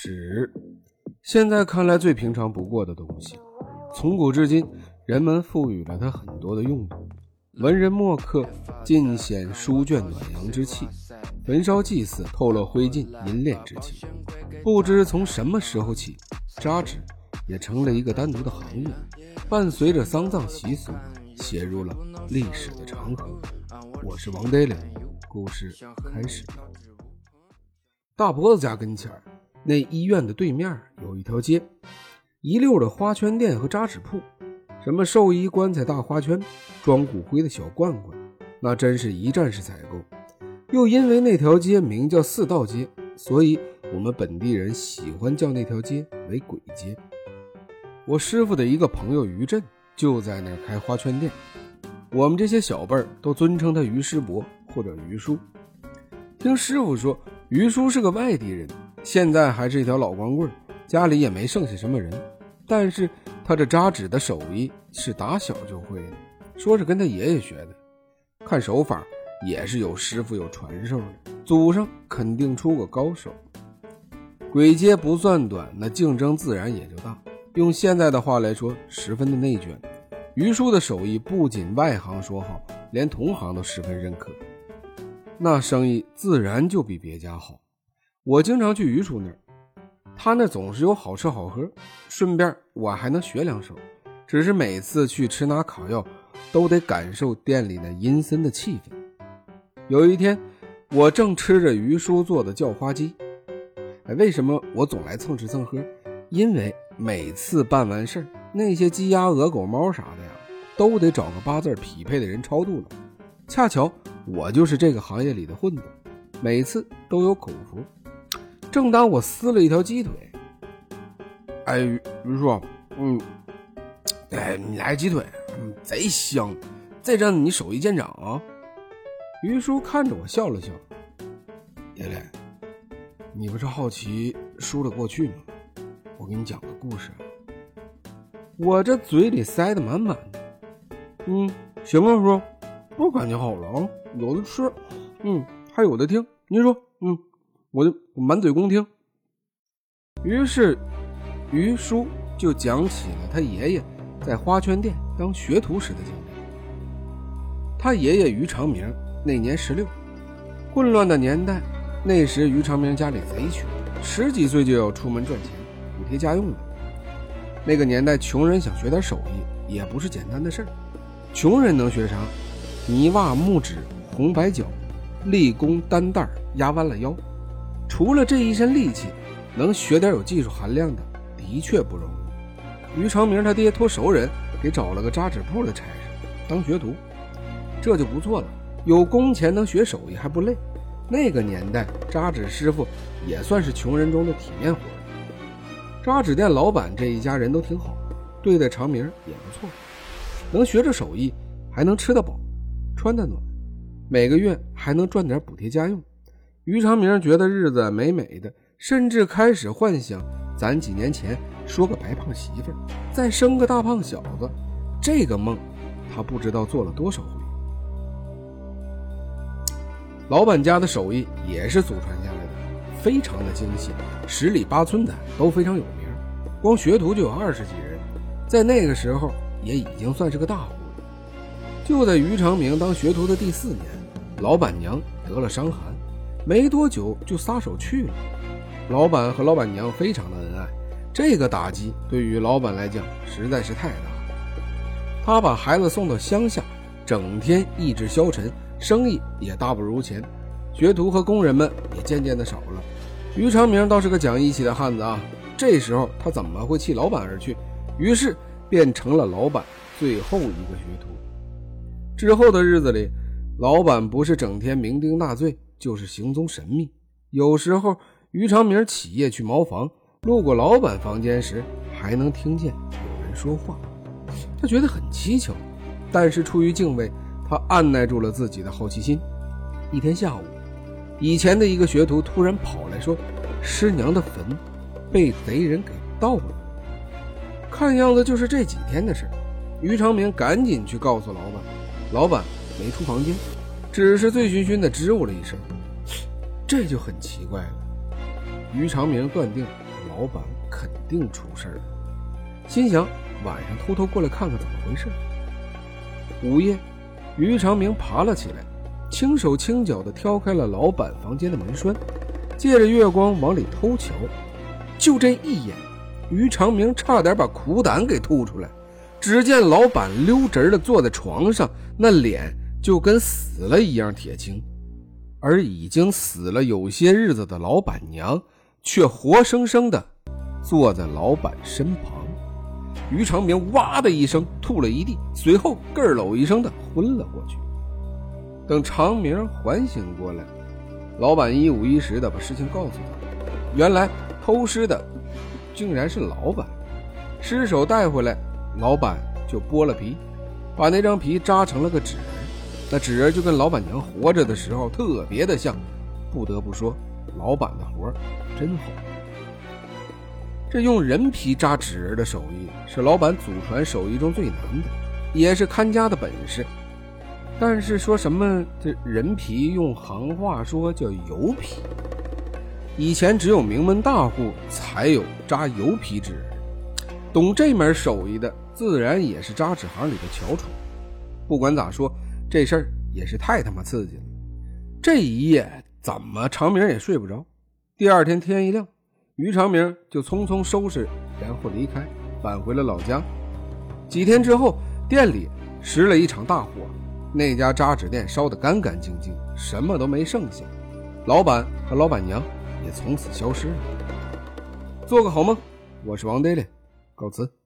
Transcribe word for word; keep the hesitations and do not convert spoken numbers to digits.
纸，现在看来最平常不过的东西，从古至今人们赋予了它很多的用途。文人墨客尽显书卷暖阳之气，焚烧祭祀透露灰烬银炼之气。不知从什么时候起，扎纸也成了一个单独的行业，伴随着丧葬习俗写入了历史的长河。我是王 Daily， 故事开始了。大脖子家跟前那医院的对面有一条街，一溜的花圈店和扎纸铺，什么寿衣棺材大花圈，装骨灰的小罐罐，那真是一站式采购。又因为那条街名叫四道街，所以我们本地人喜欢叫那条街为鬼街。我师傅的一个朋友于震就在那儿开花圈店，我们这些小辈儿都尊称他于师伯或者于叔。听师傅说，于叔是个外地人，现在还是一条老光棍，家里也没剩下什么人，但是他这扎纸的手艺是打小就会的，说是跟他爷爷学的，看手法也是有师傅有传授的，祖上肯定出个高手。鬼街不算短，那竞争自然也就大，用现在的话来说，十分的内卷。于叔的手艺不仅外行说好，连同行都十分认可，那生意自然就比别家好。我经常去于叔那儿，他那总是有好吃好喝，顺便我还能学两手，只是每次去吃拿烤药都得感受店里那阴森的气氛。有一天我正吃着于叔做的叫花鸡，哎，为什么我总来蹭吃蹭喝？因为每次办完事儿，那些鸡鸭鹅狗猫啥的呀，都得找个八字匹配的人超度了。恰巧我就是这个行业里的混子，每次都有口福。正当我撕了一条鸡腿，哎，于叔，嗯，哎，你来鸡腿，嗯，贼香，这阵你手艺见长啊。于叔看着我笑了笑，爷爷，你不是好奇叔的过去吗？我给你讲个故事。我这嘴里塞得满满的，嗯，行啊叔，我感觉好了啊，有的吃，嗯，还有的听，您说，嗯，我就满嘴恭听。于是于叔就讲起了他爷爷在花圈店当学徒时的经历。他爷爷于长明那年十六，混乱的年代，那时于长明家里贼穷，十几岁就要出门赚钱补贴家用了。那个年代穷人想学点手艺也不是简单的事儿。穷人能学啥？泥袜木纸红白脚，立功单带压弯了腰。除了这一身力气，能学点有技术含量的的确不容易。于长明他爹托熟人给找了个扎纸铺的差事当学徒，这就不错了，有工钱能学手艺还不累。那个年代扎纸师傅也算是穷人中的体面活。扎纸店老板这一家人都挺好，对待长明也不错，能学着手艺，还能吃得饱穿得暖，每个月还能赚点补贴家用。于长明觉得日子美美的，甚至开始幻想攒几年前说个白胖媳妇儿，再生个大胖小子。这个梦他不知道做了多少回。老板家的手艺也是祖传下来的，非常的精细，十里八村的都非常有名，光学徒就有二十几人，在那个时候也已经算是个大户了。就在于长明当学徒的第四年，老板娘得了伤寒，没多久就撒手去了。老板和老板娘非常的恩爱，这个打击对于老板来讲实在是太大了。他把孩子送到乡下，整天意志消沉，生意也大不如前，学徒和工人们也渐渐的少了。于长明倒是个讲义气的汉子啊，这时候他怎么会弃老板而去？于是便成了老板最后一个学徒。之后的日子里，老板不是整天酩酊大醉，就是行踪神秘。有时候于长明起夜去茅房，路过老板房间时，还能听见有人说话。他觉得很蹊跷，但是出于敬畏，他按耐住了自己的好奇心。一天下午，以前的一个学徒突然跑来说，师娘的坟被贼人给盗了。看样子就是这几天的事。于长明赶紧去告诉老板，老板没出房间，只是醉醺醺地支吾了一声。这就很奇怪了。于长明断定老板肯定出事了，心想晚上偷偷过来看看怎么回事。午夜，于长明爬了起来，轻手轻脚地挑开了老板房间的门栓，借着月光往里偷瞧。就这一眼，于长明差点把苦胆给吐出来。只见老板溜直地坐在床上，那脸就跟死了一样铁青，而已经死了有些日子的老板娘却活生生地坐在老板身旁。于长明哇的一声吐了一地，随后咯喽一声的昏了过去。等长明缓醒过来，老板一五一十的把事情告诉他，原来偷尸的竟然是老板，尸首带回来，老板就剥了皮，把那张皮扎成了个纸人，那纸人就跟老板娘活着的时候特别的像。不得不说，老板的活真好。这用人皮扎纸人的手艺是老板祖传手艺中最难的，也是看家的本事。但是说什么这人皮用行话说叫油皮，以前只有名门大户才有扎油皮纸人，懂这门手艺的自然也是扎纸行里的翘楚。不管咋说，这事儿也是太他妈刺激了。这一夜怎么长明也睡不着。第二天天一亮，于长明就匆匆收拾然后离开，返回了老家。几天之后，店里失了一场大火，那家扎纸店烧得干干净净，什么都没剩下，老板和老板娘也从此消失了。做个好梦，我是王 Daily， 告辞。